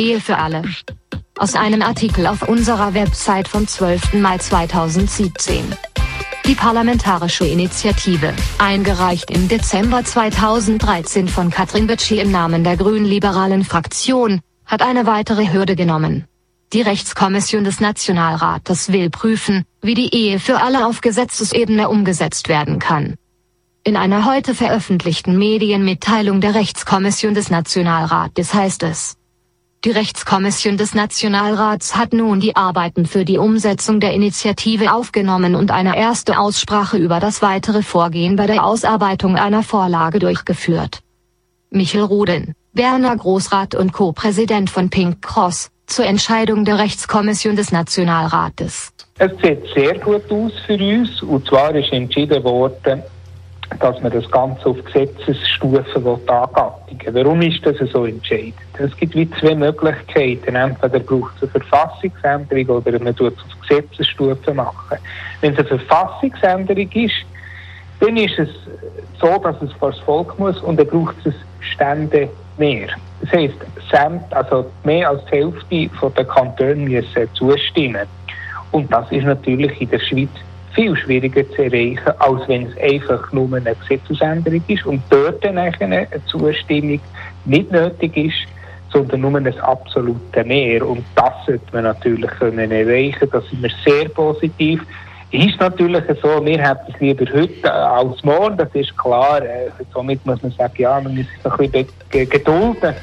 Ehe für alle. Aus einem Artikel auf unserer Website vom 12. Mai 2017. Die Parlamentarische Initiative, eingereicht im Dezember 2013 von Katrin Betschi im Namen der grünliberalen Fraktion, hat eine weitere Hürde genommen. Die Rechtskommission des Nationalrates will prüfen, wie die Ehe für alle auf Gesetzesebene umgesetzt werden kann. In einer heute veröffentlichten Medienmitteilung der Rechtskommission des Nationalrates heißt es: Die Rechtskommission des Nationalrats hat nun die Arbeiten für die Umsetzung der Initiative aufgenommen und eine erste Aussprache über das weitere Vorgehen bei der Ausarbeitung einer Vorlage durchgeführt. Michel Ruden, Berner Großrat und Co-Präsident von Pink Cross, zur Entscheidung der Rechtskommission des Nationalrates. Es sieht sehr gut aus für uns, und zwar ist entschieden worden, dass man das Ganze auf Gesetzesstufe angattigen will. Warum ist das so entscheidend? Es gibt wie zwei Möglichkeiten. Entweder braucht es eine Verfassungsänderung oder man tut es auf Gesetzesstufe machen. Wenn es eine Verfassungsänderung ist, dann ist es so, dass es vor das Volk muss, und dann braucht es Stände mehr. Das heisst, also mehr als die Hälfte der Kantone müssen zustimmen. Und das ist natürlich in der Schweiz viel schwieriger zu erreichen, als wenn es einfach nur eine Gesetzesänderung ist und dort dann eine Zustimmung nicht nötig ist, sondern nur ein absolutes Mehr. Und das sollte man natürlich erreichen. Da sind wir sehr positiv. Ist natürlich so, wir hätten es lieber heute als morgen, das ist klar. Somit muss man sagen, ja, man muss sich ein bisschen gedulden.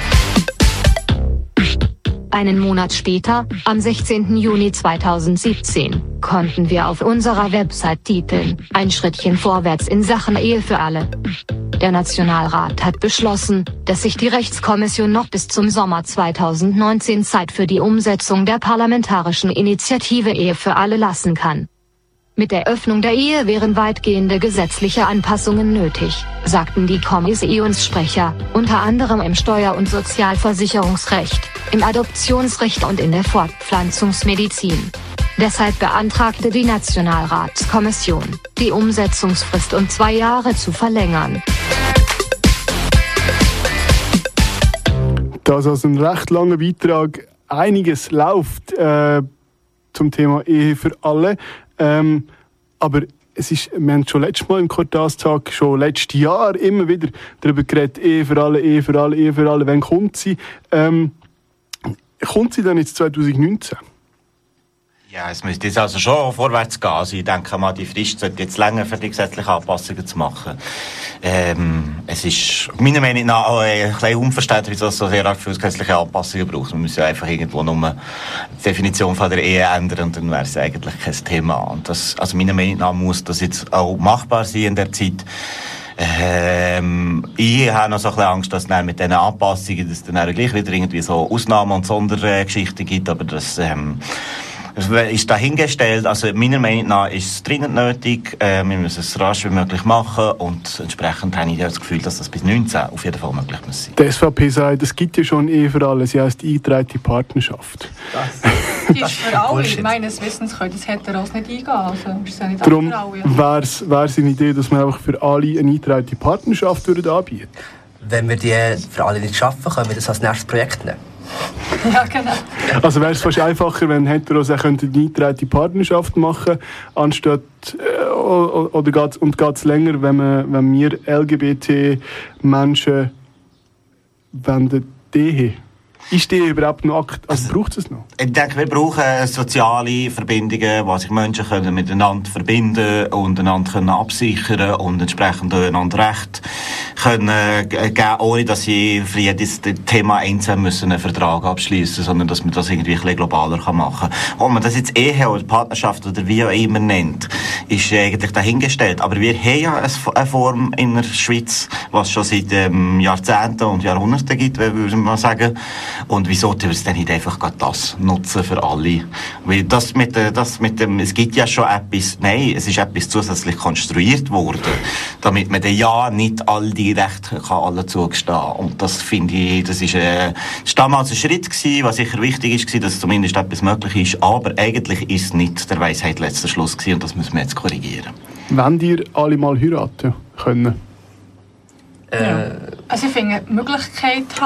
Einen Monat später, am 16. Juni 2017, konnten wir auf unserer Website titeln: Ein Schrittchen vorwärts in Sachen Ehe für alle. Der Nationalrat hat beschlossen, dass sich die Rechtskommission noch bis zum Sommer 2019 Zeit für die Umsetzung der parlamentarischen Initiative Ehe für alle lassen kann. Mit der Öffnung der Ehe wären weitgehende gesetzliche Anpassungen nötig, sagten die Kommissionssprecher, unter anderem im Steuer- und Sozialversicherungsrecht, im Adoptionsrecht und in der Fortpflanzungsmedizin. Deshalb beantragte die Nationalratskommission, die Umsetzungsfrist um 2 Jahre zu verlängern. Das ist also ein recht langer Beitrag. Einiges läuft zum Thema Ehe für alle. Aber wir haben schon letztes Mal im Quartalstag, schon letztes Jahr immer wieder darüber geredet, Ehe für alle, Ehe für alle, Ehe für alle. Wann kommt sie? Kommt sie dann jetzt 2019? Ja, es müsste jetzt also schon vorwärts gehen. Also ich denke mal, die Frist sollte jetzt länger für die gesetzlichen Anpassungen zu machen. Es ist meiner Meinung nach auch ein bisschen unverständlich, wieso es so sehr viele gesetzliche Anpassungen braucht. Man muss ja einfach irgendwo nur die Definition von der Ehe ändern und dann wäre es eigentlich kein Thema. Und das, also meiner Meinung nach muss das jetzt auch machbar sein in der Zeit. Ich habe noch so ein bisschen Angst, dass dann mit diesen Anpassungen dass dann auch gleich wieder irgendwie so Ausnahmen und Sondergeschichten gibt, aber das ist dahingestellt. Also meiner Meinung nach ist es dringend nötig. Wir müssen es so rasch wie möglich machen und entsprechend habe ich das Gefühl, dass das bis 19 auf jeden Fall möglich muss sein. Die SVP sagt, es gibt ja schon Ehe für alle, sie heisst eingetragene Partnerschaft. Das ist für alle. Meines Wissens können das Heteros nicht eingehen. Also ist ja nicht darum für alle. Wäre es eine Idee, dass man einfach für alle eine eingetragene Partnerschaft anbieten. Wenn wir die für alle nicht schaffen, können wir das als nächstes Projekt nehmen. Ja, genau. Also wäre es fast einfacher, wenn Heteros auch eine eingetragene Partnerschaft machen, anstatt oder geht es länger, wenn wir LGBT-Menschen die ist die überhaupt noch also braucht es noch? Ich denke, wir brauchen soziale Verbindungen, wo sich Menschen können miteinander verbinden und einander können absichern und entsprechend einander Recht können geben, ohne dass sie für jedes Thema einzeln müssen einen Vertrag abschließen, sondern dass man das irgendwie ein bisschen globaler machen kann. Ob man das jetzt Ehe oder Partnerschaft oder wie auch immer nennt, ist eigentlich dahingestellt. Aber wir haben ja eine Form in der Schweiz, was es schon seit Jahrzehnten und Jahrhunderten gibt, würde man sagen. Und wieso tun wir es denn nicht einfach das nutzen für alle? Weil das mit dem, es gibt ja schon etwas, nein, es ist etwas zusätzlich konstruiert worden, damit man dann ja nicht all die Rechte kann allen zugestehen. Und das finde ich, das ist damals ein Schritt gewesen, was sicher wichtig ist, dass zumindest etwas möglich ist. Aber eigentlich ist es nicht der Weisheit letzter Schluss gewesen und das müssen wir jetzt korrigieren. Wenn ihr alle mal heiraten können? Ja. Also ich finde, die Möglichkeit haben,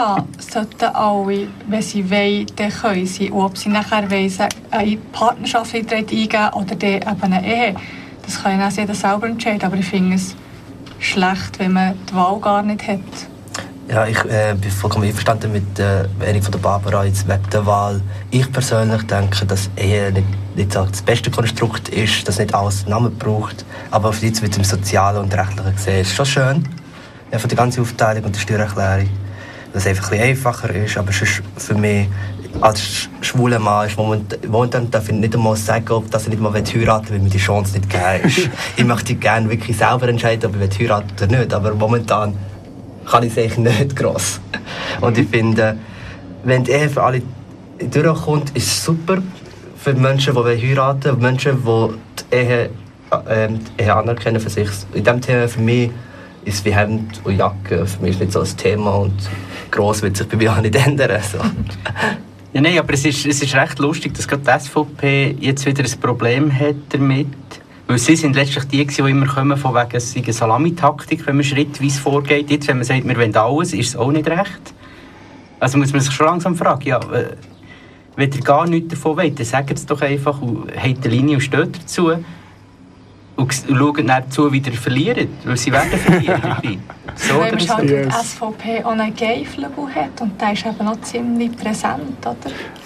sollten alle, wenn sie wollen, dann können sie. Und ob sie nachher wollen, eine Partnerschaft eingehen oder dann eben eine Ehe, das kann ja auch jeder selber entscheiden. Aber ich finde es schlecht, wenn man die Wahl gar nicht hat. Ja, ich bin vollkommen einverstanden mit der Meinung von der Barbara jetzt wegen der Wahl. Ich persönlich denke, dass Ehe nicht das beste Konstrukt ist, dass nicht alles Namen braucht. Aber auf jetzt mit dem Sozialen und Rechtlichen gesehen ist es schon schön, ja, für die ganze Aufteilung und die Steuererklärung, dass es einfach ein bisschen einfacher ist. Aber sonst für mich als schwuler Mann ist momentan darf ich nicht einmal sagen, dass ich nicht mal heiraten will, weil mir die Chance nicht gegeben ist. Ich möchte gerne wirklich selber entscheiden, ob ich heiraten oder nicht. Aber momentan kann ich es eigentlich nicht gross. Und ich finde, wenn die Ehe für alle durchkommt, ist es super für Menschen, die heiraten wollen, Menschen, die die Ehe anerkennen für sich. In diesem Thema für mich ist es wie Hemd und Jacke. Für mich ist nicht so ein Thema und gross wird sich bei mir auch nicht ändern. So. Ja, nein, aber es ist recht lustig, dass gerade die SVP jetzt wieder ein Problem hat damit. Weil sie sind letztlich die immer kommen, von wegen es sei eine Salamitaktik, wenn man schrittweise vorgeht. Jetzt, wenn man sagt, wir wollen alles, ist es auch nicht recht. Also muss man sich schon langsam fragen, ja, wenn ihr gar nichts davon wollt, dann sagt es doch einfach und habt eine Linie und steht dazu. Und schaut dann zu, wie ihr verliert, weil sie werden verlieren dabei. So weil oder halt so. die SVP auch einen Gay-Flügel hat und der ist eben noch ziemlich präsent, oder?